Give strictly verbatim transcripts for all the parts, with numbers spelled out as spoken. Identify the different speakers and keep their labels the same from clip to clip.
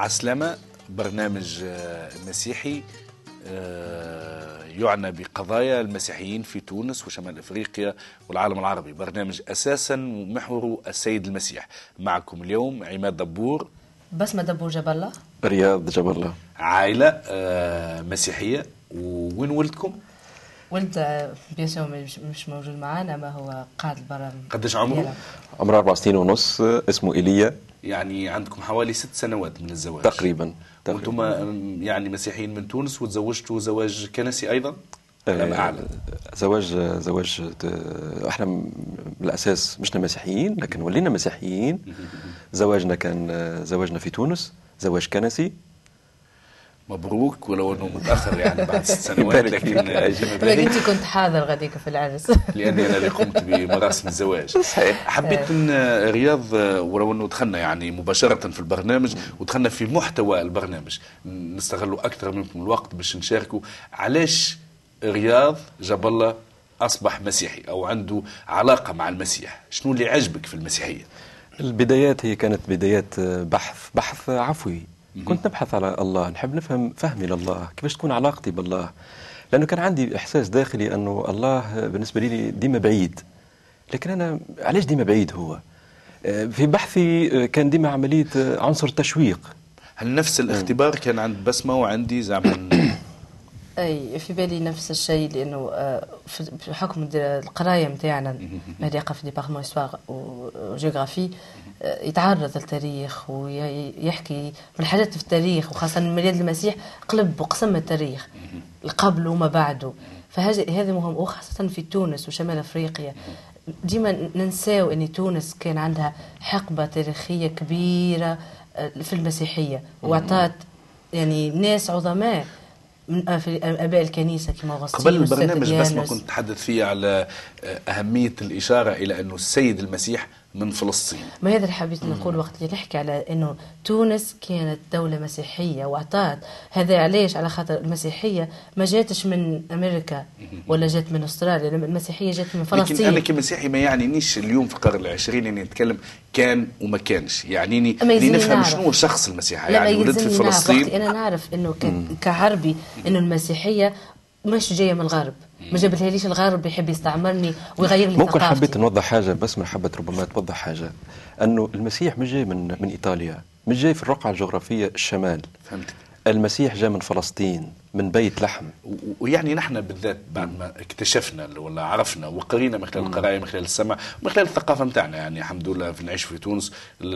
Speaker 1: عسلامة برنامج مسيحي يعنى بقضايا المسيحيين في تونس وشمال أفريقيا والعالم العربي. برنامج أساسا محوره السيد المسيح. معكم اليوم عماد دبور،
Speaker 2: بسمة دبور جبل الله،
Speaker 3: رياض جبل الله.
Speaker 1: عائلة مسيحية. وين ولدكم؟
Speaker 2: ولد بيسو مش موجود معانا، ما هو قاعد برا.
Speaker 1: قديش عمره؟
Speaker 3: عمره أربع سنين ونص، اسمه إيليا.
Speaker 1: يعني عندكم حوالي ست سنوات من الزواج
Speaker 3: تقريبا.
Speaker 1: وانتم يعني مسيحيين من تونس، وتزوجتوا زواج كنسي أيضا؟
Speaker 3: لم أعلم. زواج زواج احنا من الأساس مشنا مسيحيين، لكن ولينا مسيحيين. زواجنا كان زواجنا في تونس، زواج كنسي.
Speaker 1: مبروك، ولو انه متاخر يعني بعد ست سنوات، لكن
Speaker 2: انت كنت حاضر غاديك في العرس.
Speaker 1: لاني انا اللي قمت بمراسم الزواج.
Speaker 3: صحيح.
Speaker 1: حبيت ان رياض، ولو انه دخلنا يعني مباشره في البرنامج ودخلنا في محتوى البرنامج، نستغلوا اكثر منكم الوقت باش نشاركوا علاش رياض جاب الله اصبح مسيحي او عنده علاقه مع المسيح. شنو اللي عجبك في المسيحيه؟
Speaker 3: البدايات هي كانت بدايات بحث بحث عفوي. كنت نبحث على الله، نحب نفهم فهمي لله، كيفاش تكون علاقتي بالله، لأنه كان عندي إحساس داخلي أنه الله بالنسبة لي ديما بعيد. لكن أنا علاش ديما بعيد؟ هو في بحثي كان ديما عملية عنصر تشويق.
Speaker 1: هل نفس الاختبار كان عند بسمة وعندي زعما؟
Speaker 2: اي في بالي نفس الشيء، لانه في حكم القرايه نتاعنا مهديقه في ديبارتمون استوار وجيوغرافي يتعرض للتاريخ ويحكي من حاجات في التاريخ، وخاصه ميلاد المسيح قلب وقسم التاريخ قبل وما بعده. فهذا مهم، وخاصه في تونس وشمال افريقيا. ديما ننساو ان تونس كان عندها حقبه تاريخيه كبيره في المسيحيه، واعطت يعني ناس عظماء من في اباء الكنيسه كما غسطين.
Speaker 1: قبل البرنامج بس ما كنت تحدث فيه على اهميه الاشاره الى انه السيد المسيح من فلسطين.
Speaker 2: ما هذا اللي حبيت نقول وقت اللي نحكي على انه تونس كانت دوله مسيحيه واعطت. هذا علاش؟ على خاطر المسيحيه ما جاتش من امريكا ولا جات من استراليا، المسيحيه جات من فلسطين.
Speaker 1: لكن انا كمسيحي ما يعنينيش اليوم في القرن العشرين اني نتكلم كان وما كانش، يعنيني اني نفهم شنو شخص المسيح. يعني ولدت في فلسطين،
Speaker 2: انا نعرف انه كعربي انه المسيحيه مش جايه من الغرب، ما جابتهاليش الغرب يحب يستعمرني ويغير لي ثقافتي.
Speaker 3: ممكن حبيت نوضح حاجه، بس من حبت ربما توضح حاجه، انه المسيح مش جاي من من ايطاليا، مش جاي في الرقعه الجغرافيه الشمال.
Speaker 1: فهمتك.
Speaker 3: المسيح جاء من فلسطين، من بيت لحم.
Speaker 1: ويعني نحن بالذات بعد ما اكتشفنا ولا عرفنا وقرينا من خلال القرايه، من خلال السمع، ومن خلال الثقافه نتاعنا، يعني الحمد لله في نعيش في تونس،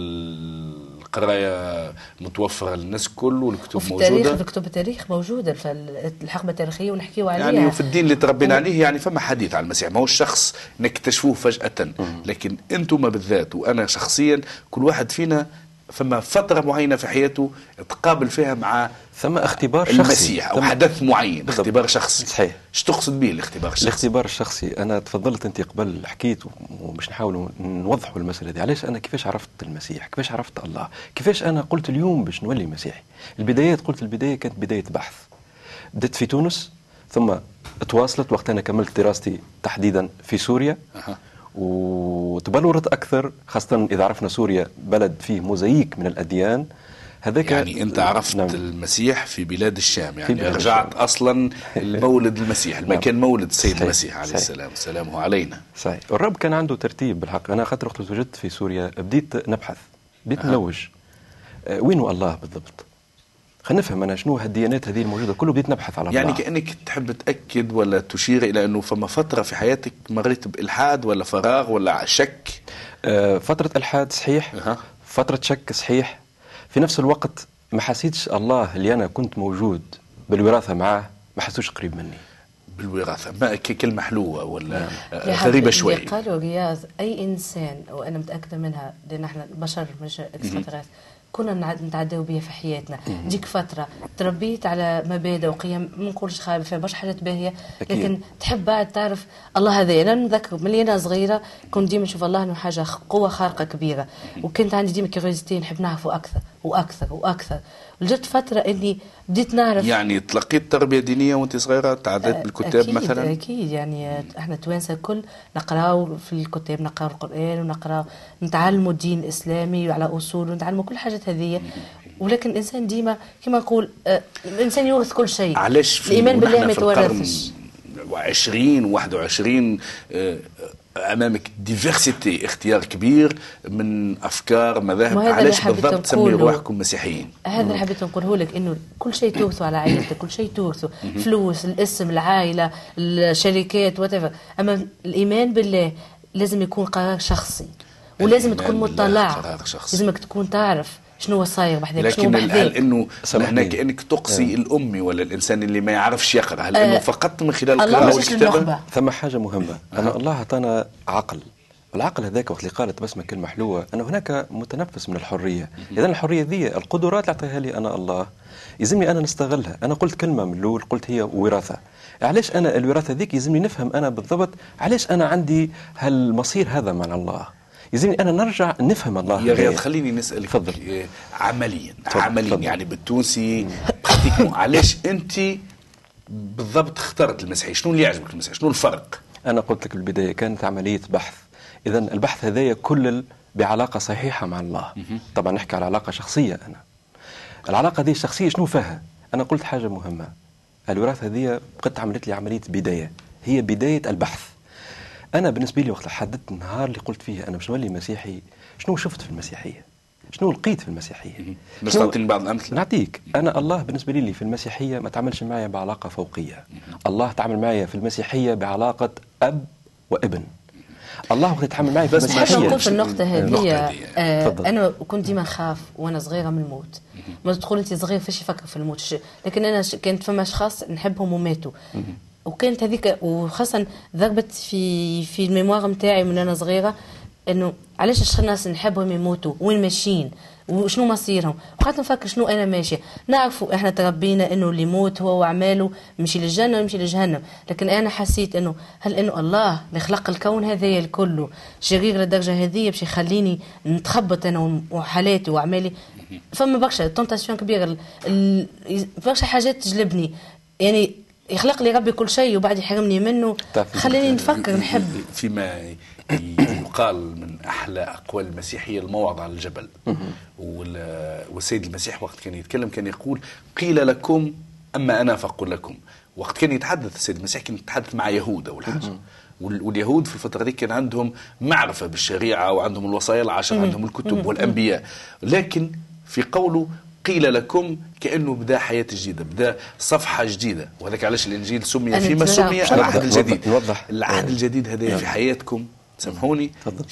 Speaker 1: القرايه متوفره للناس كل، والكتب موجوده.
Speaker 2: التاريخ، في كتب التاريخ موجوده، فالحقبه التاريخيه ونحكيوا عليها.
Speaker 1: يعني وفي الدين اللي تربينا عليه يعني فما حديث عن المسيح، ما هو الشخص نكتشفوه فجاه. لكن انتم بالذات وانا شخصيا كل واحد فينا فما فترة معينة في حياته تقابل فيها مع
Speaker 3: ثم اختبار شخصي
Speaker 1: المسيح أو حدث معين.
Speaker 3: بالضبط.
Speaker 1: اختبار شخصي.
Speaker 3: صحيح.
Speaker 1: ايش تقصد به الاختبار الشخصي؟
Speaker 3: الاختبار الشخصي، أنا تفضلت أنت قبل حكيت ومش نحاول نوضحوا المسألة دي. علاش أنا كيفاش عرفت المسيح، كيفاش عرفت الله، كيفاش أنا قلت اليوم باش نولي مسيحي. البدايات، قلت البداية كانت بداية بحث. بدأت في تونس، ثم تواصلت وقت أنا كملت دراستي تحديدا في سوريا. أه. وتبلورت أكثر، خاصة إذا عرفنا سوريا بلد فيه موزايك من الأديان. هذاك
Speaker 1: يعني أنت عرفت نعم. المسيح في بلاد الشام، يعني
Speaker 3: بلاد
Speaker 1: رجعت
Speaker 3: الشام.
Speaker 1: أصلا المولد المسيح، المكان نعم. مولد السيد
Speaker 3: صحيح.
Speaker 1: المسيح عليه السلام، سلامه علينا.
Speaker 3: صحيح. الرب كان عنده ترتيب بالحق. أنا خاطر وقت وجدت في سوريا بديت نبحث، بديت أه. نلوج أه وينه الله بالضبط. خلينا نفهم أنا شنو هالديانات هذه الموجودة، كله بديت نبحث على
Speaker 1: يعني
Speaker 3: الله.
Speaker 1: كأنك تحب تأكد ولا تشير إلى أنه فما فترة في حياتك مريت بإلحاد ولا فراغ ولا شك؟
Speaker 3: آه فترة إلحاد صحيح.
Speaker 1: أه.
Speaker 3: فترة شك صحيح. في نفس الوقت ما حسيتش الله اللي أنا كنت موجود بالوراثة معاه، ما حسوش قريب مني.
Speaker 1: بالوراثة ما كلمة حلوة ولا غريبة شوي.
Speaker 2: قالوا غياث أي إنسان، وأنا متأكدة منها لأن احنا بشر مش اكستراتيريستر، كنا نتعداو بها في حياتنا. ديك فترة تربيت على مبادئ وقيم، ما نقولش خايبة فيها برشا حاجات باهية، لكن تحب بعد تعرف الله. هذا أنا نذكر ملي أنا صغيرة كنت ديما نشوف الله إنه حاجة قوة خارقة كبيرة، وكنت عندي ديما كيوريوزيتي، نحب نعرفه أكثر وأكثر وأكثر. جت فترة إني بديت نعرف.
Speaker 1: يعني تلقيت تربية دينية وأنت صغيرة، تعديت بالكتاب
Speaker 2: أكيد
Speaker 1: مثلا؟
Speaker 2: أكيد، يعني إحنا توانسة الكل نقراو في الكتاب، نقراو القرآن ونقراو، نتعلموا الدين الإسلامي وعلى أصول، ونتعلموا كل حاجة هذه. ولكن الانسان ديما كما نقول آه الانسان يورث كل شيء.
Speaker 1: علاش في
Speaker 2: الايمان بالله ما
Speaker 1: يتورثش؟
Speaker 2: يتورثش.
Speaker 1: وعشرين واحد وعشرين امامك ديفيرسيتي، اختيار كبير من افكار مذاهب، علاش بالضبط تسميوا روحكم مسيحيين؟
Speaker 2: هذا اللي حبيت نقوله لك، انه كل شيء تورثه على عائلتك، كل شيء تورثه، فلوس، الاسم، العائله، الشركات، وات. اما الايمان بالله لازم يكون قرار شخصي، ولازم تكون مطلع، لازمك تكون تعرف شنو صاير بحذاك، شنو
Speaker 1: بحذاك.
Speaker 2: لكن
Speaker 1: هل انه هنا كانك تقصي آه. الامي ولا الانسان اللي ما يعرفش يقرا؟ هل انه فقط من خلال القراءه والكتابه؟
Speaker 3: ثم حاجه مهمه، آه. انا الله اعطانا عقل، العقل هذاك وقت اللي قالت بسمة كلمه حلوه، انه هناك متنفس من الحريه. اذا الحريه ذي القدرات اللي اعطيها لي انا الله، يلزمني انا نستغلها. انا قلت كلمه من الاول، قلت هي وراثه. علاش انا الوراثه ذيك يلزمني نفهم انا بالضبط علاش انا عندي هالمصير هذا مع الله، يلزمني انا نرجع نفهم الله.
Speaker 1: يا رياض خليني نسالك فضل. عمليا فضل. عمليا فضل. يعني بالتونسي علاش انت بالضبط اخترت المسيحيه؟ شنو اللي يعجبك المسيحيه؟ شنو الفرق؟
Speaker 3: انا قلت لك بالبدايه كانت عمليه بحث. اذا البحث هذايا كل بعلاقه صحيحه مع الله. طبعا نحكي على علاقه شخصيه. انا العلاقه هذه الشخصيه شنو فيها؟ انا قلت حاجه مهمه، الوراثه هذه قد عملت لي عمليه بدايه، هي بدايه البحث. أنا بالنسبة لي وقت حددت النهار اللي قلت فيه أنا باش نولي مسيحي، شنو شفت في المسيحية؟ شنو لقيت في المسيحية؟
Speaker 1: باش تعطيني بعض الأمثلة؟
Speaker 3: نعطيك. أنا الله بالنسبة لي في المسيحية ما تعملش معي بعلاقة فوقية. الله تعمل معي في المسيحية بعلاقة أب وابن. الله وقت يتعامل معي في المسيحية.
Speaker 2: بس نقول في النقطة هذه آه أنا كنت ديما نخاف وأنا صغيرة من الموت. ما تقول أنت صغير فاش يفكر في الموت، لكن أنا كانت فما أشخاص نحبهم وماتوا. وكانت هذيك وخاصة ضربت في في الميموار نتاعي من انا صغيره، انه علاش الناس نحبهم يموتوا، وين ماشيين، وشنو مصيرهم. وقعدت نفكر شنو انا ماشيه. نعرفوا احنا تربينا انه اللي يموت هو واعماله يمشي للجنه ويمشي لجهنم، لكن انا حسيت انه هل انه الله اللي خلق الكون هذايا الكل شرير للدرجه هذه باش يخليني نتخبط انا وحالاتي واعمالي؟ فما برشا تونتاسيون كبيره، برشا حاجات تجلبني، يعني يخلق لي ربي كل شيء وبعد يحرمني منه، خليني نفكر نحب.
Speaker 1: فيما يقال من أحلى أقوال المسيحية الموعظة على الجبل، والسيد المسيح وقت كان يتكلم كان يقول قيل لكم أما أنا فأقول لكم. وقت كان يتحدث السيد المسيح كان يتحدث مع يهود أول حاجة، واليهود في الفترة دي كان عندهم معرفة بالشريعة وعندهم الوصايا العشر، عندهم الكتب والأنبياء، لكن في قوله قيل لكم كأنه بدا حياة جديدة، بدا صفحة جديدة. وهذاك علاش الإنجيل سمي فيما سمي العهد الجديد.
Speaker 3: نوضح.
Speaker 1: العهد الجديد هذا في حياتكم، سامحوني،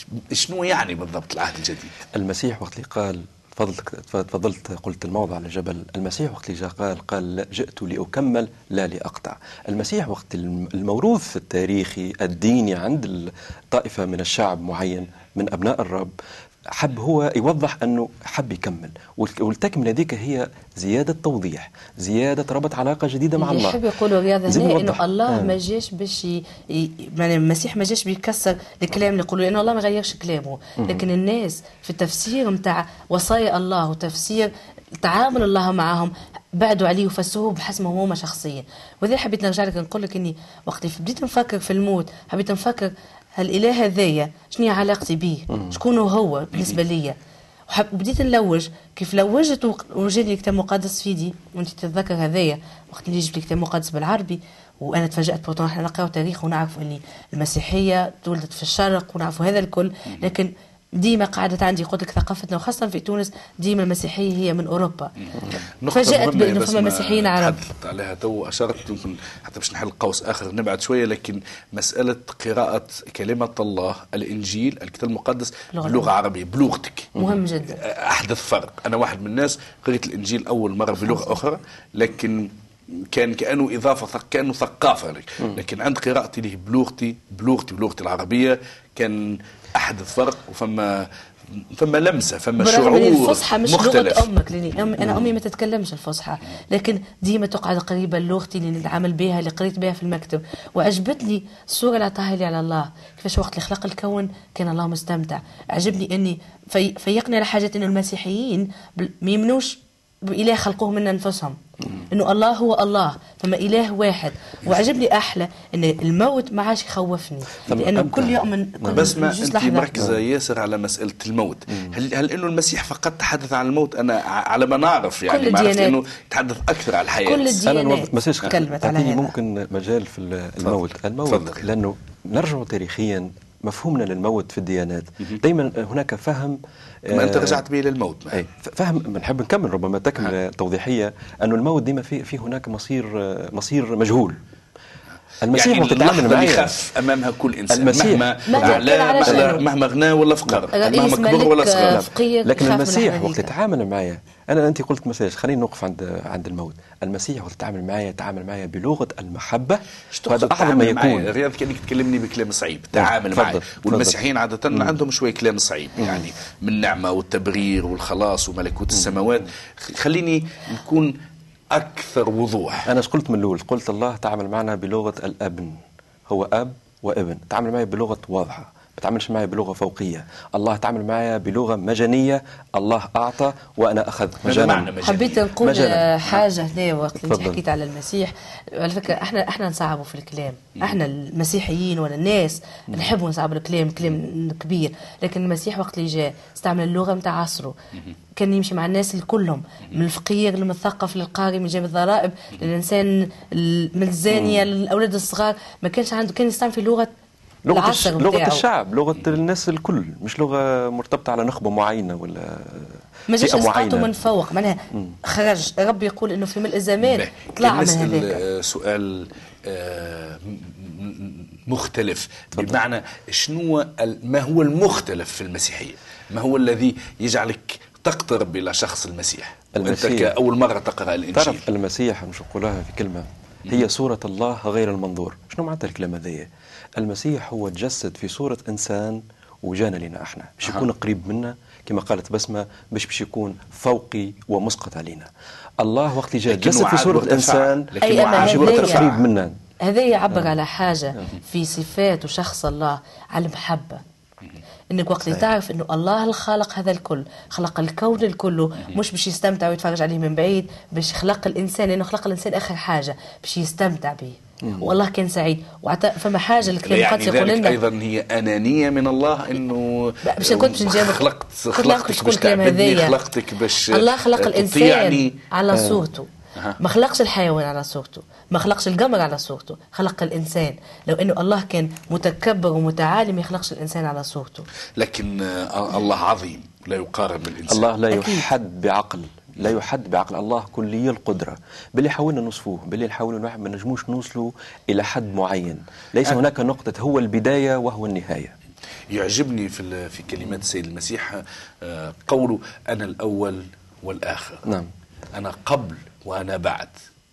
Speaker 1: شنو يعني بالضبط العهد الجديد؟
Speaker 3: المسيح وقت اللي قال فضلت فضلت قلت الموضع على الجبل، المسيح وقت اللي جاء قال قال جئت لأكمل لا لأقطع. المسيح وقت الموروث التاريخي الديني عند الطائفة من الشعب معين من أبناء الرب، حب هو يوضح أنه حب يكمل، والتكملة هذيك هي زيادة توضيح، زيادة ربط علاقة جديدة مع الله.
Speaker 2: يحب يقولوا رياضة هنا إنه الله آه. ما جاش باش ي... يعني المسيح ما جاش بيكسر الكلام اللي يقولوا، لأنه الله ما غيرش كلامه، لكن الناس في التفسير متاع وصايا الله وتفسير تعامل الله معهم بعدوا عليه وفسروه بحسب هما شخصيا. وذي حبيت نرجع لك نقول لك إني وقت بديت نفكر في الموت حبيت نفكر هالإله هذايا شنو علاقتي به، شكون هو بالنسبة لي. وبديت نلوج كيف لوجت وجاني كتاب مقدس في يدي، وانت تتذكر هذايا وقت اللي جبت كتاب مقدس بالعربي، وانا تفاجأت بطون احنا نقراو تاريخ ونعرف ان المسيحية تولدت في الشرق ونعرف هذا الكل، لكن ديما قعدت عندي قلت لك ثقافتنا وخاصة في تونس ديما المسيحية هي من أوروبا. فجأت بأنه فما مسيحيين عرب.
Speaker 1: تحدثت عليها تو أشرت يمكن حتى باش نحل قوس آخر نبعد شوية، لكن مسألة قراءة كلمة الله الإنجيل الكتاب المقدس بلغة عربية بلغتك
Speaker 2: مهم جدا.
Speaker 1: أحدث فرق. أنا واحد من الناس قريت الإنجيل أول مرة بلغة أخرى، لكن كان كأنه إضافة كأنه ثقافة لك، لكن عند قراءتي له بلغتي بلغتي بلغتي العربية كان أحدث فرق، وفما فما لمسة فما شعور
Speaker 2: الفصحى مش
Speaker 1: مختلف.
Speaker 2: لغة أمك، لأني أم أنا أمي ما تتكلمش الفصحى، لكن ديما تقعد قريبة لغتي اللي نتعامل بها اللي قريت بها في المكتب. وعجبتني الصورة اللي عطاها لي على الله، كيفاش وقت اللي خلق الكون كان الله مستمتع. عجبني أني في فيقني على حاجة إنه المسيحيين ما يمنوش بإله خلقوه من أنفسهم، انه الله هو الله، فما اله واحد. وعجبني احلى ان الموت ما عادش يخوفني، لانه كل يوم من كل
Speaker 1: بس ما انت مركزه ياسر على مساله الموت. هل هل انه المسيح فقط تحدث عن الموت؟ انا على ما نعرف يعني ما عرفت انه يتحدث اكثر على الحياه.
Speaker 2: كل الديانات
Speaker 3: مساج
Speaker 2: تكلمت على هذا.
Speaker 3: ممكن مجال في الموت. الموت فضل. لانه نرجع تاريخيا مفهومنا للموت في الديانات دائما هناك فهم.
Speaker 1: ما انت رجعت به للموت.
Speaker 3: أي فهم بنحب نكمل ربما تكمل توضيحيه انه الموت ديما في في هناك مصير مصير مجهول.
Speaker 1: المسيح يعني اللحظة اللي يخاف أمامها كل إنسان مهما أعلى مهما غنى ولا فقر، مهما كبر ولا صغر.
Speaker 3: لكن المسيح وقت يتعامل معايا، أنا أنت قلت مساج خلينا نوقف عند عند الموت. المسيح وقت يتعامل معايا يتعامل معايا بلغة المحبة،
Speaker 1: وهذا أعظم ما يكون. رياض كأنك تكلمني بكلام صعيب، تعامل معي. والمسيحيين عادة مم. عندهم شوية كلام صعيب مم. يعني من النعمة والتبرير والخلاص وملكوت السماوات. خليني نكون أكثر وضوح.
Speaker 3: أنا قلت من الأول، قلت الله تعامل معنا بلغة الابن، هو أب وابن، تعامل معي بلغة واضحة، ما تعاملش معي بلغة فوقية. الله تعامل معي بلغة مجانية، الله أعطى وأنا أخذت مجانا.
Speaker 2: حبيت نقول مجانا. حاجة هنا وقت اللي حكيت على المسيح، على فكرة احنا احنا نصعبوا في الكلام، احنا المسيحيين ولا الناس نحبوا نصعبوا الكلام، كلام كبير. لكن المسيح وقت اللي جاء استعمل اللغة متاع عصره، كان يمشي مع الناس الكلهم، من الفقير للمثقف للقاري، من جانب الضرائب للإنسان، من الزانية للأولاد الصغار. ما كانش عنده، كان يستعمل في لغة
Speaker 3: لغة, الش... لغة الشعب، لغة الناس الكل، مش لغة مرتبطة على نخبة معينة ولا
Speaker 2: ما جاش اسقاطه من فوق. معناها خرج ربي يقول انه في ملء الزمان طلع من هذاك.
Speaker 1: سؤال مختلف، بمعنى شنو ما هو المختلف في المسيحية؟ ما هو الذي يجعلك تقترب إلى شخص المسيح وأنت كأول مرة تقرأ الإنجيل؟
Speaker 3: تعرف المسيح مش نقولها في كلمة، هي صورة الله غير المنظور. شنو معناتها الكلمة ذي؟ المسيح هو تجسد في صورة إنسان وجانا لنا احنا باش يكون قريب منا، كما قالت بسمة باش باش يكون فوقي ومسقط علينا. الله وقت اللي جاء تجسد في صورة إنسان باش يكون قريب منا.
Speaker 2: هذا يعبر على حاجة في صفات وشخص الله، على المحبة. انك وقت اللي تعرف انه الله الخالق هذا الكل، خلق الكون الكل، مش باش يستمتع ويتفرج عليه من بعيد، باش خلق الانسان، لانه خلق الانسان اخر حاجه باش يستمتع به. والله كان سعيد. وعطى فما حاجه الكتاب المقدس يقول لنا
Speaker 1: ايضا هي انانيه من الله، انه
Speaker 2: باش كنت باش نجاوبك
Speaker 1: خلقت خلقتك باش تعبدني، خلقتك باش
Speaker 2: الله خلق الانسان على صورته، ما خلقش الحيوان على صورته، ما خلقش القمر على صورته، خلق الإنسان. لو أنه الله كان متكبر ومتعالي ما يخلقش الإنسان على صورته.
Speaker 1: لكن الله عظيم لا يقارن بالإنسان.
Speaker 3: الله لا يحد بعقل، لا يحد بعقل. الله كلي القدرة، باللي حاولنا نوصفوه، باللي نحاول ما نجموش نوصلوا إلى حد معين. ليس أه. هناك نقطة هو البداية وهو النهاية.
Speaker 1: يعجبني في في كلمات السيد المسيح قوله أنا الأول والآخر.
Speaker 3: نعم.
Speaker 1: أنا قبل وأنا بعد.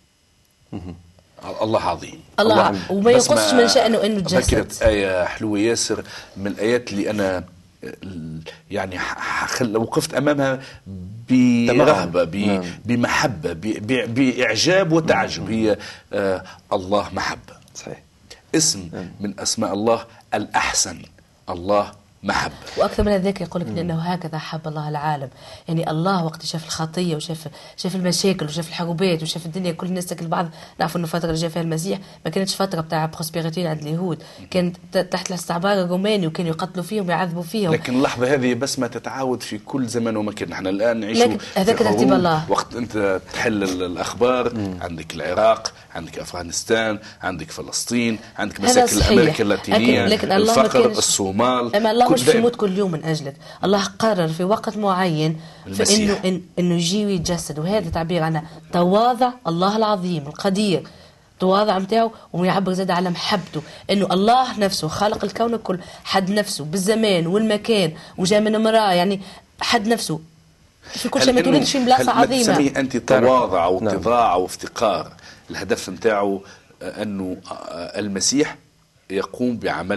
Speaker 1: الله عظيم.
Speaker 2: الله, الله عظيم. وما يقصش من شأنه أنه تجسد.
Speaker 1: ذكرت آية حلوة ياسر من الآيات اللي أنا يعني لو وقفت أمامها برهبة، بمحبة، بإعجاب وتعجب. هي آه الله محبة.
Speaker 3: صحيح.
Speaker 1: اسم من أسماء الله الأحسن، الله محبة.
Speaker 2: واكثر من ذلك يقول لك لانه هكذا حب الله العالم. يعني الله وقت شاف الخطيه وشاف شاف المشاكل وشاف الحروبات وشاف الدنيا كل الناس تاكل بعض. نعرفوا انه الفتره اللي جاء فيها المسيح ما كانتش فتره بتاع بروسبيريتي عند اليهود، كانت تحت الاستعمار الروماني وكانوا يقتلوا فيهم ويعذبوا فيهم.
Speaker 1: لكن اللحظه هذه بس ما تتعاود في كل زمان ومكان. نحن الان نعيشوا
Speaker 2: هذاك ترتيب الله.
Speaker 1: وقت انت تحل الاخبار مم. عندك العراق، عندك افغانستان، عندك فلسطين، عندك مساكن امريكا اللاتينيه، لكن الفقر، الصومال.
Speaker 2: اما الله مش يموت كل يوم من أجلك. الله قرر في وقت معين فإنه إن إنه يجي ويتجسد، وهذا تعبير عن تواضع الله العظيم القدير، تواضع متاعه ويعبر زاد على محبته. إنه الله نفسه خلق الكون الكل، حد نفسه بالزمان والمكان وجاء من امرأة، يعني حد نفسه في كل شيء. ما تولدش في بلاصة عظيمة.
Speaker 1: هل أنت تواضع واتضاع وافتقار الهدف متاعه أنه المسيح يقوم بعمل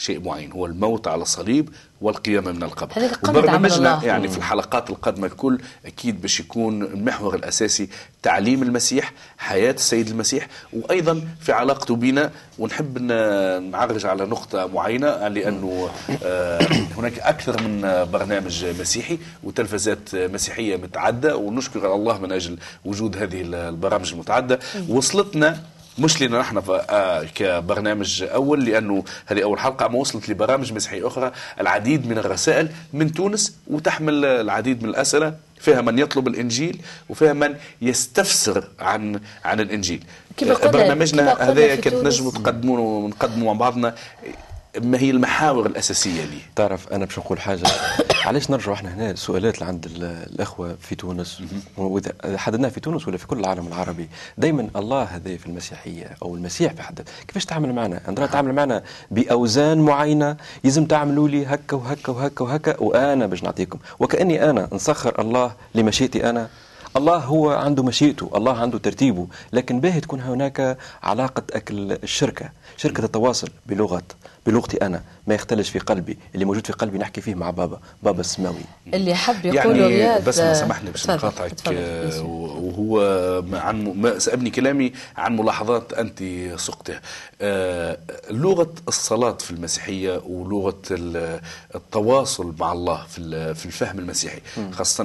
Speaker 1: شيء معين، هو الموت على الصليب والقيامة من القبر.
Speaker 2: وبرنامجنا
Speaker 1: يعني في الحلقات القادمة الكل أكيد باش يكون المحور الأساسي تعليم المسيح، حياة السيد المسيح، وأيضا في علاقته بنا. ونحب نعرج على نقطة معينة، لأنه هناك أكثر من برنامج مسيحي وتلفزات مسيحية متعدة، ونشكر الله من أجل وجود هذه البرامج المتعدة. وصلتنا مش لنا نحن كبرنامج أول، لأنه هذه أول حلقة، ما وصلت لبرامج مسيحية أخرى العديد من الرسائل من تونس، وتحمل العديد من الأسئلة، فيها من يطلب الإنجيل وفيها من يستفسر عن عن الإنجيل. برنامجنا هذا كنت نجم تقدموا نقدموا مع بعضنا ما هي المحاور الأساسية لي.
Speaker 3: تعرف أنا باش نقول حاجة، علاش نرجع احنا هنا السؤالات اللي عند الأخوة في تونس، وإذا حددناها في تونس ولا في كل العالم العربي، دايما الله هذا في المسيحية أو المسيح في حد كيفاش تعمل معنا؟ عندنا تعمل معنا بأوزان معينة، يلزم تعملوا لي هكا وهكا وهكا وهكا وأنا باش نعطيكم، وكأني أنا نسخر الله لمشيئتي أنا. الله هو عنده مشيئته، الله عنده ترتيبه، لكن باهي تكون هناك علاقة أكل الشركة، شركة التواصل بلغة بلغتي أنا، ما يختلش في قلبي، اللي موجود في قلبي نحكي فيه مع بابا بابا السماوي.
Speaker 2: اللي حب يقول
Speaker 1: يعني بس ما سمحني باش نقاطعك، وهو عن ما سأبني كلامي عن ملاحظات أنت سقتها. لغة الصلاة في المسيحية ولغة التواصل مع الله في في الفهم المسيحي، خاصة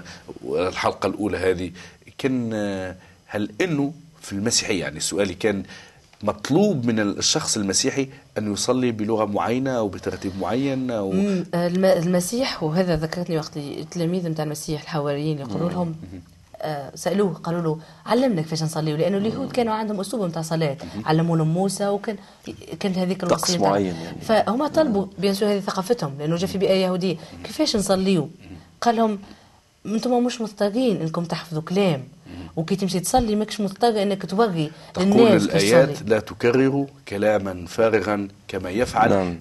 Speaker 1: الحلقة الأولى هذه، كان هل إنه في المسيحية، يعني سؤالي كان مطلوب من الشخص المسيحي أن يصلي بلغة معينة أو بترتيب معين أو
Speaker 2: المسيح، وهذا ذكرتني وقت التلاميذ متاع المسيح الحواريين يقولوا لهم آه سألوه قالوا له علمنا كيفاش نصلي، لأنه اليهود كانوا عندهم أسلوب متاع صلاة، علموا لهم موسى وكان كانت هذيك الوصية
Speaker 3: معين يعني.
Speaker 2: فهم طلبوا بيان سور، هذه ثقافتهم لأنه جاء في بيئة يهودية، كيفاش نصليوا؟ قال لهم انتم مش مضطرين انكم تحفظوا كلام، وكي تمشي تصلي ماكش مضطر انك توري للناس.
Speaker 1: تقول الايات لا تكرروا كلاما فارغا كما يفعل نعم.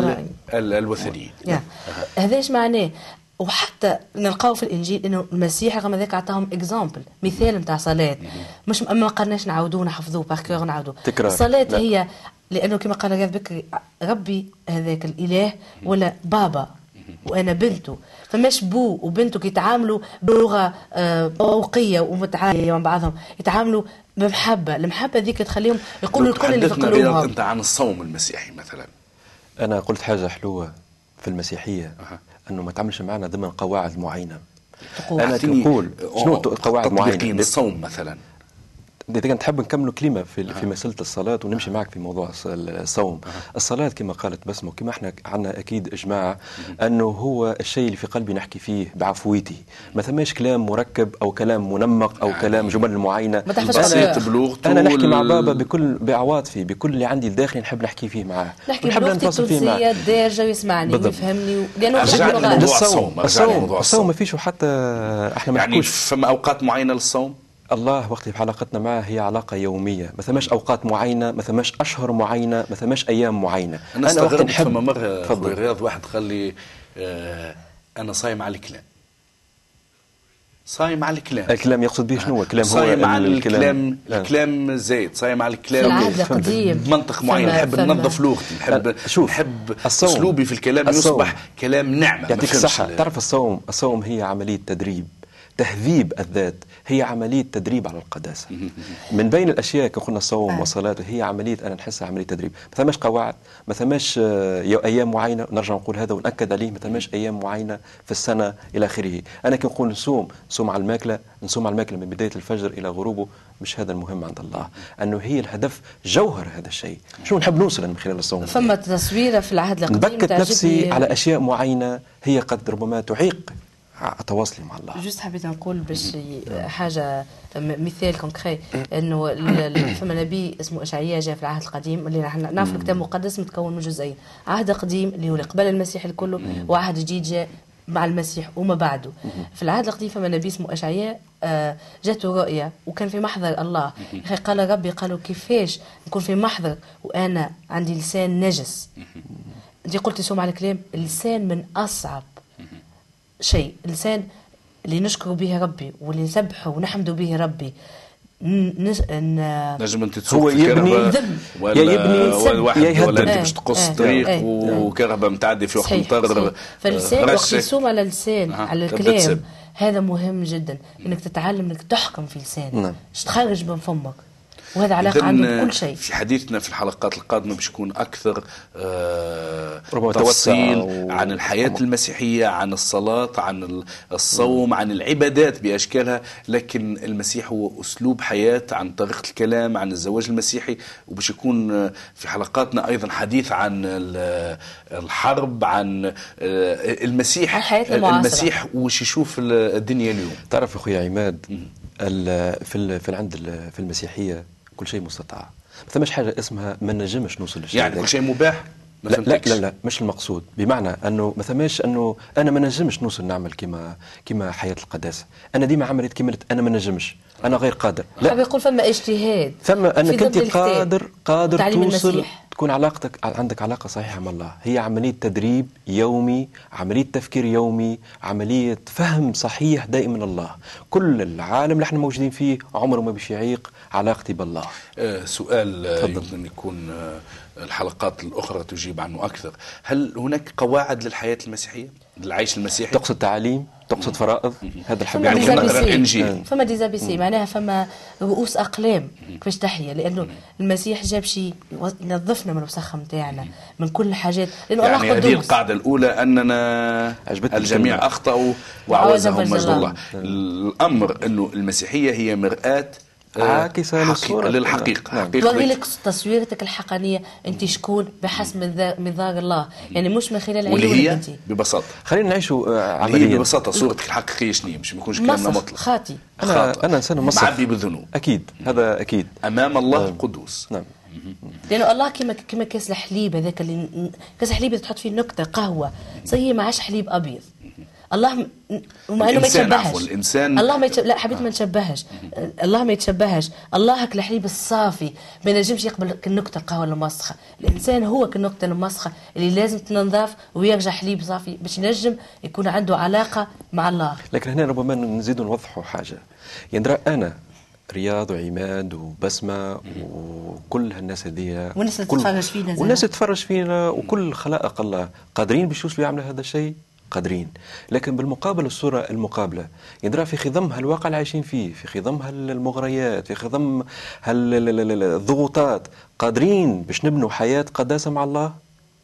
Speaker 1: الوثنيين.
Speaker 2: هذا ايش معناه؟ وحتى نلقاو في الانجيل انه المسيح رغم ذلك عطاهم اكزامبل، مثال نتاع صلاه، مش ما قالناش نعاودوه نحفظوه باركور نعاودوه. الصلاه لا. هي لانه كما قال غير بكري، ربي هذاك الاله ولا بابا وانا بنته، فماش بو وبنته كيتعاملوا بلغه فوقيه ومتعاليه مع بعضهم، يتعاملوا بمحبه، المحبه ذيك تخليهم يقولوا الكل اللي في قلوبهم.
Speaker 1: انت عن الصوم المسيحي مثلا،
Speaker 3: انا قلت حاجه حلوه في المسيحيه أه. انه ما تعملش معنا ضمن قواعد معينه.
Speaker 1: انا تقول شنو قواعد معينه للصوم مثلا؟
Speaker 3: إذا كنت تحب نكملوا كلمة في في مسألة الصلاة ونمشي معك في موضوع الصوم. الصلاة كما قالت بسمة وكما احنا عندنا أكيد إجماع أنه هو الشيء اللي في قلبي نحكي فيه بعفويتي، ما ثماش كلام مركب أو كلام منمق أو كلام جمل معينة.
Speaker 1: أنا,
Speaker 3: أنا نحكي مع بابا بكل بعواطفي، بكل اللي عندي الداخلي نحب نحكي فيه معاه،
Speaker 2: نحكي بلغتي التونسية الدارجة ويسمعني ويفهمني، لأنه
Speaker 1: الصوم
Speaker 3: الصوم الصوم ما فيش حتى احنا ما
Speaker 1: يعني فما أوقات معينة للصوم.
Speaker 3: الله وقت في علاقتنا معه هي علاقة يومية، ما ثماش أوقات معينة، ما ثماش أشهر معينة، ما ثماش أيام معينة.
Speaker 1: أنا, أنا وقت نحب فما مرة في الرياض واحد قال لي آه أنا صايم على الكلام، صايم على الكلام.
Speaker 3: الكلام يقصد به شنو؟ الكلام هو
Speaker 1: صايم على الكلام، الكلام زايد، صايم على الكلام.
Speaker 2: في العهد القديم
Speaker 1: بمنطق معين، نحب ننظف لغتي، نحب نحب أسلوبي في الكلام يصبح كلام نعمة.
Speaker 3: يعطيك الصحة. تعرف الصوم الصوم هي عملية تدريب، تهذيب الذات، هي عملية تدريب على القداسة. من بين الأشياء كقلنا الصوم والصلاة هي عملية، أنا نحسها عملية تدريب، ما ثماش قواعد، ما ثماش أيام معينة، نرجع نقول هذا ونأكد عليه، ما ثماش أيام معينة في السنة إلى آخره. أنا كي نقول نصوم نصوم على الماكلة، نصوم على الماكلة من بداية الفجر إلى غروبه، مش هذا المهم عند الله، أنه هي الهدف جوهر هذا الشيء، شو نحب نوصل من خلال الصوم.
Speaker 2: ثم تصويره في العهد القديم
Speaker 3: نبكت نفسي على أشياء معينة هي قد ربما تعيق تواصلي مع الله.
Speaker 2: جست حبيت نقول باش حاجه مثال كونكري، انه فما نبي اسمه اشعياء جاء في العهد القديم، اللي نحن نعرف الكتاب المقدس متكون من جزئين، عهد قديم اللي هو قبل المسيح الكل، وعهد جديد جاء مع المسيح وما بعده. في العهد القديم فما نبي اسمه اشعياء جاته رؤيا وكان في محضر الله، قال ربي قالوا كيفاش نكون في محضر وانا عندي لسان نجس. انت قلتي سوم على الكلام، اللسان من اصعب شيء، اللسان اللي نشكر به ربي واللي نسبحه ونحمده به ربي نج... ن...
Speaker 1: نجم انت تسوق
Speaker 3: هو
Speaker 1: في
Speaker 3: يبني
Speaker 1: كرهبة
Speaker 3: ولا يا يبني
Speaker 1: ولا واحد
Speaker 3: يا
Speaker 1: ولا انت
Speaker 3: يهدم.
Speaker 1: باش تقص
Speaker 2: آه.
Speaker 1: طريق
Speaker 2: آه.
Speaker 1: وكرهبة متعدي في وقت
Speaker 2: صحيح.
Speaker 1: مطر
Speaker 2: صحيح. فاللسان
Speaker 1: آه،
Speaker 2: وقت
Speaker 1: رشك.
Speaker 2: يصوم على اللسان
Speaker 1: أها.
Speaker 2: على
Speaker 1: تبدأ
Speaker 2: الكلام
Speaker 1: تسب.
Speaker 2: هذا مهم جدا انك تتعلم انك تحكم في لسانك
Speaker 3: نعم.
Speaker 2: باش تخرج من فمك وهذا علاقة عنده بكل شيء.
Speaker 1: في حديثنا في الحلقات القادمة باش يكون أكثر آه
Speaker 3: ربما
Speaker 1: تفصيل
Speaker 3: و...
Speaker 1: عن الحياة المسيحية، عن الصلاة، عن الصوم، عن العبادات بأشكالها، لكن المسيح هو أسلوب حياة، عن طريقة الكلام، عن الزواج المسيحي. وباش يكون في حلقاتنا أيضا حديث عن الحرب، عن المسيح المسيح وش يشوف الدنيا اليوم.
Speaker 3: تعرف أخوي عماد، في في عند في المسيحية كل شيء مستطاع، ما ثماش حاجة اسمها ما نجمش نوصل للشيء
Speaker 1: يعني كل شيء مباح.
Speaker 3: لا لا, لا لا مش المقصود، بمعنى انه ما ثماش انه انا ما نجمش نوصل نعمل كما كما حياة القداسة. انا ديما عملت كلمة انا ما نجمش، انا غير قادر.
Speaker 2: لا حاب يقول فما اجتهاد،
Speaker 3: فما انك انت قادر قادر توصل
Speaker 2: المسيح.
Speaker 3: تكون علاقتك عندك علاقة صحيحة مع الله. هي عملية تدريب يومي، عملية تفكير يومي، عملية فهم صحيح دائما الله. كل العالم اللي احنا موجودين فيه عمره ما باش يعيق علاقتي بالله.
Speaker 1: آه سؤال يمكن يكون آه الحلقات الأخرى تجيب عنه أكثر. هل هناك قواعد للحياة المسيحية، للعيش المسيحي؟
Speaker 3: تقصد تعاليم، تقصد فرائض، هذا الحب
Speaker 2: يعني
Speaker 1: نقرأ الإنجيل.
Speaker 2: فما ديزابيسي معناها فما رؤوس أقلام كيفاش تحيا، لأنه المسيح جاب شيء ينظفنا من الوسخة متاعنا من كل الحاجات، لأنه
Speaker 1: يعني
Speaker 2: الله قدوس.
Speaker 1: هذه القاعدة الأولى أننا الجميع أخطأوا وعوزهم مجد الله. الأمر أنه المسيحية هي مرآة
Speaker 3: عاكسة للصورة
Speaker 1: للحقيقة.
Speaker 3: نعم.
Speaker 2: توغي لك تصويرتك الحقانية أنت شكون بحسب مزاج الله، يعني مش من خلال عيونك أنت.
Speaker 1: ببساطة
Speaker 3: خلينا نعيشوا عمليا
Speaker 1: ببساطة صورتك الحقيقية شنو مش بيكونش كلامنا مطلق.
Speaker 2: خاطي
Speaker 3: أنا أنا إنسان مصف
Speaker 1: معبي بالذنوب
Speaker 3: أكيد، هذا أكيد
Speaker 1: أمام الله نعم. قدوس.
Speaker 3: نعم.
Speaker 2: لأنه الله كما كما كاس الحليب هذاك اللي كاس الحليب تحط فيه نكتة قهوة زي ما عاش حليب أبيض. الله ومع انه ما يتشبهش
Speaker 1: الانسان
Speaker 2: الله ما يتشب... لا حبيت ما نتشبهش الله ما يتشبهش الله هك الحليب الصافي ما ينجمش يقبل كالنكته القهوه المسخه. الانسان هو كالنكته المسخه اللي لازم تنضاف ويرجع حليب صافي باش ينجم يكون عنده علاقه مع الله.
Speaker 3: لكن هنا ربما نزيد نوضحوا حاجه، يندرى انا رياض وعماد وبسمة وكل هالناس هذيا
Speaker 2: والناس اللي تتفرج فينا
Speaker 3: والناس اللي تتفرج فينا وكل خلائق الله قادرين باش يوصلوا يعملوا هذا الشيء، قادرين. لكن بالمقابل الصورة المقابلة يندرى في خضم هالواقع اللي عايشين فيه، في خضم هالمغريات، في خضم هالضغوطات، قادرين باش نبنوا حياة قداسة مع الله.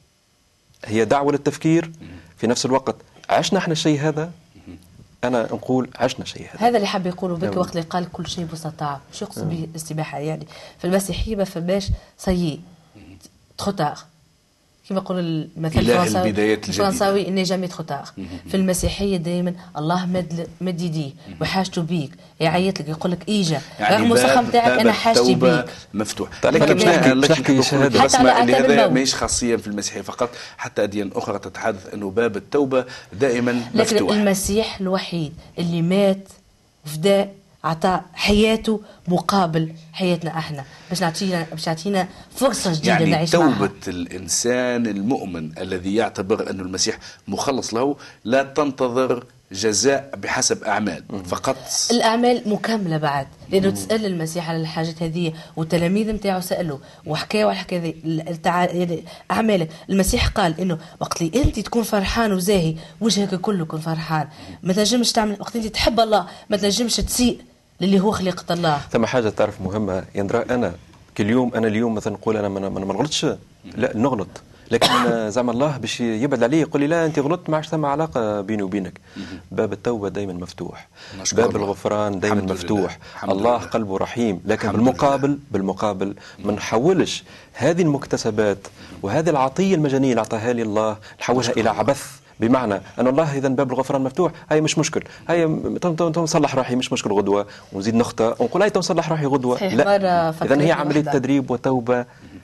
Speaker 3: هي دعوة للتفكير في نفس الوقت. عشنا احنا الشيء هذا؟ أنا نقول عشنا شيء هذا.
Speaker 2: هذا اللي حاب يقولوا بك وقت اللي قال كل شيء مستطاع، شو يقصد به الاستباحة؟ يعني في المسيحية ما فماش سيء تخطأ كما يقول المثل الفرنساوي الفرنساوي اني جامي تخطار. في المسيحيه دائما الله مد مد يديه وحاجته بيك، يعيط لك يقول لك ايجا
Speaker 1: يعني
Speaker 2: رغم السخه نتاعك انا حاجتي بيك
Speaker 1: مفتوح.
Speaker 3: لكن
Speaker 2: نحكي
Speaker 1: حتى على هذا ماهيش خاصيه في المسيحيه فقط، حتى اديان اخرى تتحدث انه باب التوبه دائما مفتوح.
Speaker 2: لكن المسيح الوحيد اللي مات وفداء عطى حياته مقابل حياتنا احنا باش نعطينا باش يعطينا فرصه جديده
Speaker 1: يعني
Speaker 2: نعيش
Speaker 1: معها.
Speaker 2: معها.
Speaker 1: توبه الانسان المؤمن الذي يعتبر أن المسيح مخلص له لا تنتظر جزاء بحسب أعمال فقط.
Speaker 2: الأعمال مكملة بعد، لأنه تسأل المسيح على الحاجات هذه والتلاميذ متاعه سألوا وحكاوا على الحكاية هذه أعمالك. المسيح قال إنه وقت اللي أنت تكون فرحان وزاهي وجهك كله يكون فرحان، ما تنجمش تعمل وقت أنت تحب الله ما تنجمش تسيء للي هو خليقة الله.
Speaker 3: ثم حاجة تعرف مهمة يندرى، أنا كل يوم أنا اليوم مثلا نقول أنا ما نغلطش، لا نغلط، لكن زعم الله باش يبعد علي يقول لي لا انت غلطت ما عادش ثم علاقه بيني وبينك. باب التوبه دائما مفتوح، باب الغفران دائما مفتوح، الله قلبه رحيم. لكن بالمقابل لله. بالمقابل ما نحولش هذه المكتسبات وهذه العطيه المجانيه اللي اعطاها لي الله نحولها الى عبث. بمعنى أن الله إذا باب الغفران مفتوح، هاي مش مشكل، هاي نصلح روحي مش مشكل غدوة ونزيد نخطأ ونقول هاي نصلح روحي غدوة. لا، إذا هي عملية تدريب وتوبة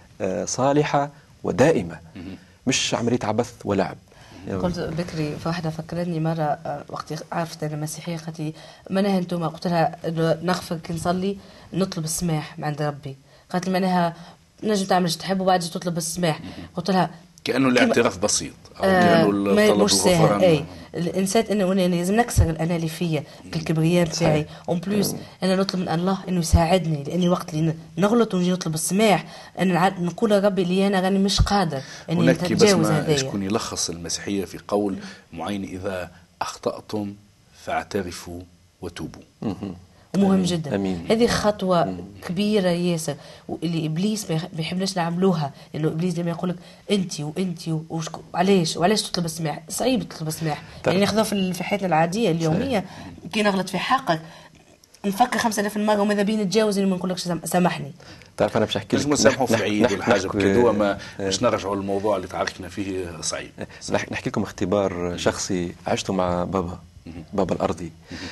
Speaker 3: صالحة ودائمة، مش عملية عبث ولعب.
Speaker 2: قلت بكري فواحدة فكرتني مرة وقت عرفت أنا مسيحية قالت لي معناها أنتم، قلت لها نغفر كي نصلي نطلب السماح من عند ربي. قالت لي معناها نجم تعمل ايش تحب وبعد تطلب السماح. قلت لها
Speaker 1: كأنه الاعتراف بسيط أو
Speaker 2: آه
Speaker 1: كأنه الطلب
Speaker 2: مش سهل.
Speaker 1: الغفران.
Speaker 2: اي الانسان انه انا لازم نكسر الانا اللي فيا الكبرياء نتاعي. اون بلوس انا نطلب من الله انه يساعدني، لاني وقت اللي نغلط ونجي نطلب السماح انا نقول يا ربي اللي انا راني مش قادر اني نتجاوز هذايا.
Speaker 1: شكون يلخص المسيحيه في قول معين: اذا اخطاتم فاعترفوا وتوبوا.
Speaker 2: ومهم جدا.
Speaker 3: أمين.
Speaker 2: هذه خطوة مم. كبيرة ياسر، واللي إبليس ما يحبناش نعملوها، لأنه إبليس دائما يقول لك أنت وأنت وعلاش وعلاش تطلب السماح. صعيب تطلب السماح يعني ناخذها في حياتنا العادية اليومية. كي نغلط في حقك نفكر خمسة آلاف مرة وماذا بين نتجاوز إنه ما نقولكش سامحني.
Speaker 3: تعرف أنا باش أحكي لك
Speaker 1: نسمحوا في العيد والحاجة بكذا، ما باش نرجعوا للموضوع اللي تعاركنا فيه. صعيب.
Speaker 3: نحكي لكم اختبار شخصي عشته مع بابا بابا الأرضي.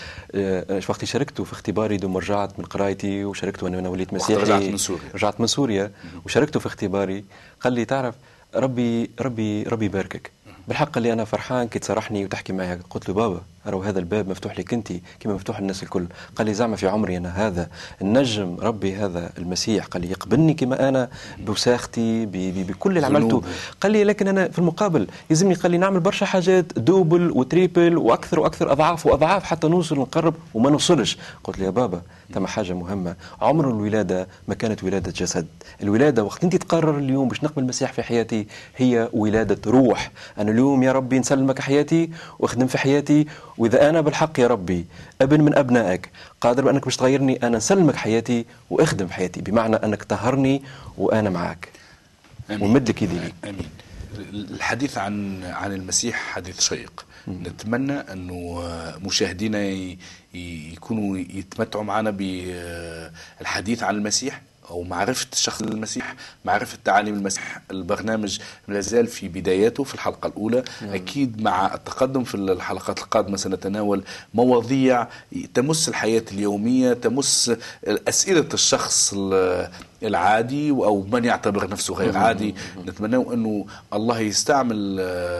Speaker 3: وقت شاركته في اختباري دوم رجعت من قرايتي وشاركته أنا وليت مسيحي.
Speaker 1: رجعت من سوريا.
Speaker 3: رجعت من سوريا وشاركته في اختباري. قال لي تعرف ربي ربي ربي يباركك. بالحق اللي أنا فرحان كي تصرحني وتحكي معي. قلت له بابا أرى هذا الباب مفتوح لك أنت كما مفتوح للناس الكل. قال لي زعما في عمري أنا هذا النجم ربي هذا المسيح قال لي يقبلني كما أنا بوساختي بكل اللي عملته. قال لي لكن أنا في المقابل يلزمني قال لي نعمل برشا حاجات دوبل وتريبل وأكثر وأكثر أضعاف وأضعاف حتى نوصل نقرب وما نوصلش. قلت له يا بابا ثم حاجة مهمة، عمر الولادة ما كانت ولادة جسد. الولادة وقت أنت تقرر اليوم باش نقبل المسيح في حياتي هي ولادة روح. أنا اليوم يا ربي نسلمك حياتي واخدم في حياتي، وإذا أنا بالحق يا ربي ابن من أبنائك قادر بأنك باش تغيرني أنا نسلمك حياتي وأخدم حياتي، بمعنى أنك طهرني وأنا معك ومد لك يدي.
Speaker 1: آمين. الحديث عن عن المسيح حديث شيق. نتمنى أنه مشاهدينا يكونوا يتمتعوا معنا بالحديث عن المسيح أو معرفة شخص المسيح، معرفة تعاليم المسيح. البرنامج لازال في بداياته في الحلقة الأولى. نعم. أكيد مع التقدم في الحلقات القادمة سنتناول مواضيع تمس الحياة اليومية، تمس أسئلة الشخص العادي أو من يعتبر نفسه غير عادي. نتمنى أنه الله يستعمل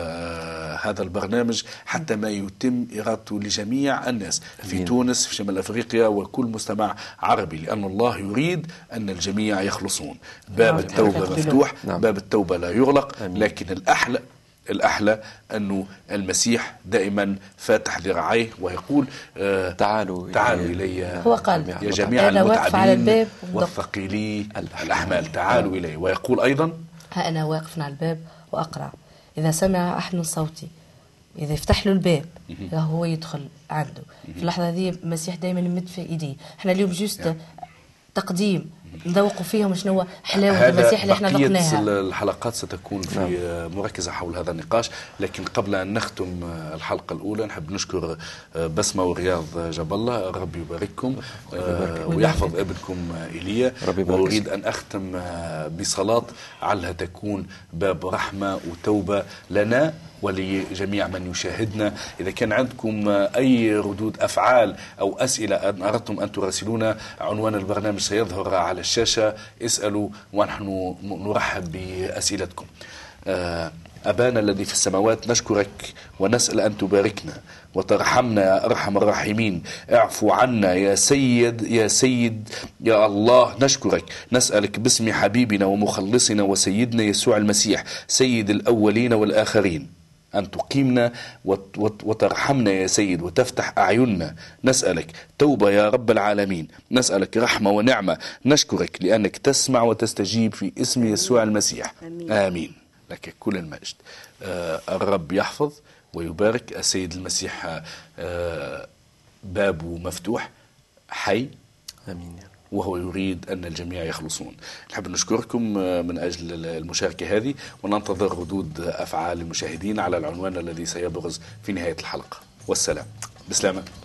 Speaker 1: هذا البرنامج حتى ما يتم إرادته لجميع الناس في مين. تونس، في شمال أفريقيا، وكل مستمع عربي، لأن الله يريد أن الجميع يخلصون. باب التوبة مفتوح. نعم. باب التوبة لا يغلق. أمين. لكن الأحلى الأحلى أنه المسيح دائما فاتح ذراعيه ويقول آه
Speaker 3: تعالوا
Speaker 1: تعالوا إلي.
Speaker 2: هو قال
Speaker 1: يا جميع المتعبين والثقيلي الأحمال تعالوا إلي. ويقول أيضا
Speaker 2: ها أنا واقف على الباب وأقرع، إذا سمع أحد من صوتي إذا يفتح له الباب هو يدخل عنده. في اللحظة هذه المسيح دائما يمد في إيديه. احنا اليوم جوست تقديم نذوقوا فيهم شنو حلاوة المسيح اللي احنا ذقناها.
Speaker 1: الحلقات ستكون في مركزة حول هذا النقاش. لكن قبل أن نختم الحلقة الأولى نحب نشكر بسمة ورياض جاب الله. ربي يبارككم ويحفظ ابنكم إيليا. وأريد أن أختم بصلاة علها تكون باب رحمة وتوبة لنا ولجميع من يشاهدنا. إذا كان عندكم أي ردود أفعال أو أسئلة أن أردتم أن تراسلونا، عنوان البرنامج سيظهر على الشاشة. اسألوا ونحن نرحب بأسئلتكم. أبانا الذي في السماوات، نشكرك ونسأل أن تباركنا وترحمنا يا أرحم الراحمين. اعفو عنا يا سيد يا سيد يا الله. نشكرك نسألك باسم حبيبنا ومخلصنا وسيدنا يسوع المسيح سيد الأولين والآخرين أن تقيمنا وترحمنا يا سيد وتفتح أعيننا. نسألك توبة يا رب العالمين. نسألك رحمة ونعمة. نشكرك لأنك تسمع وتستجيب في اسم يسوع المسيح. آمين, آمين. لك كل المجد. آه الرب يحفظ ويبارك. السيد المسيح آه بابه مفتوح حي.
Speaker 3: آمين.
Speaker 1: وهو يريد أن الجميع يخلصون. نحب نشكركم من أجل المشاركة هذه وننتظر ردود أفعال المشاهدين على العنوان الذي سيبرز في نهاية الحلقة. والسلام. بسلامة.